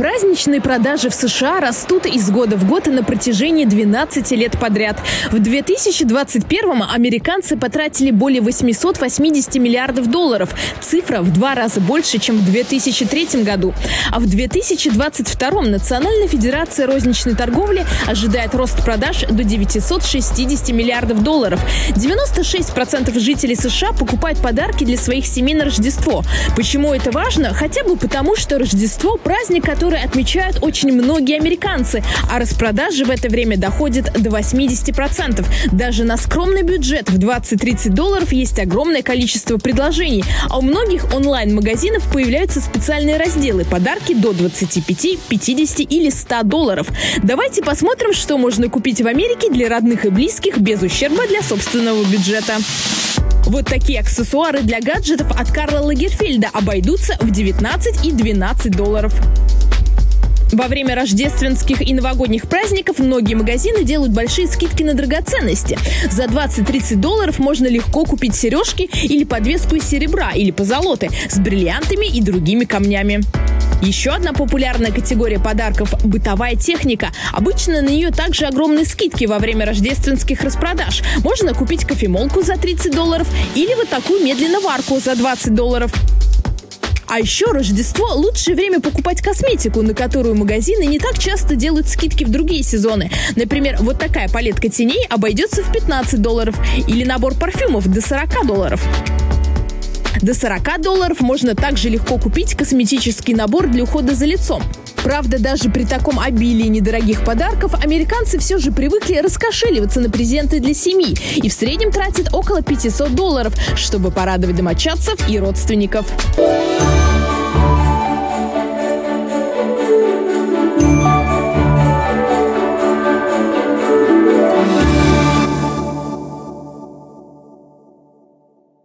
Праздничные продажи в США растут из года в год и на протяжении 12 лет подряд. В 2021-м американцы потратили более 880 миллиардов долларов. Цифра в 2 раза больше, чем в 2003 году. А в 2022-м Национальная федерация розничной торговли ожидает рост продаж до 960 миллиардов долларов. 96% жителей США покупают подарки для своих семей на Рождество. Почему это важно? Хотя бы потому, что Рождество – праздник, который отмечают очень многие американцы, а распродажи в это время доходят до 80%. Даже на скромный бюджет в 20-30 долларов есть огромное количество предложений, а у многих онлайн-магазинов появляются специальные разделы «Подарки до 25, 50 или 100 долларов». Давайте посмотрим, что можно купить в Америке для родных и близких без ущерба для собственного бюджета. Вот такие аксессуары для гаджетов от Карла Лагерфельда обойдутся в 19 и 12 долларов. Во время рождественских и новогодних праздников многие магазины делают большие скидки на драгоценности. За 20-30 долларов можно легко купить сережки или подвеску из серебра или позолоты с бриллиантами и другими камнями. Еще одна популярная категория подарков – бытовая техника. Обычно на нее также огромные скидки во время рождественских распродаж. Можно купить кофемолку за 30 долларов или вот такую медленноварку за 20 долларов. А еще Рождество – лучшее время покупать косметику, на которую магазины не так часто делают скидки в другие сезоны. Например, вот такая палетка теней обойдется в 15 долларов или набор парфюмов до 40 долларов. До 40 долларов можно также легко купить косметический набор для ухода за лицом. Правда, даже при таком обилии недорогих подарков американцы все же привыкли раскошеливаться на презенты для семьи и в среднем тратят около 500 долларов, чтобы порадовать домочадцев и родственников.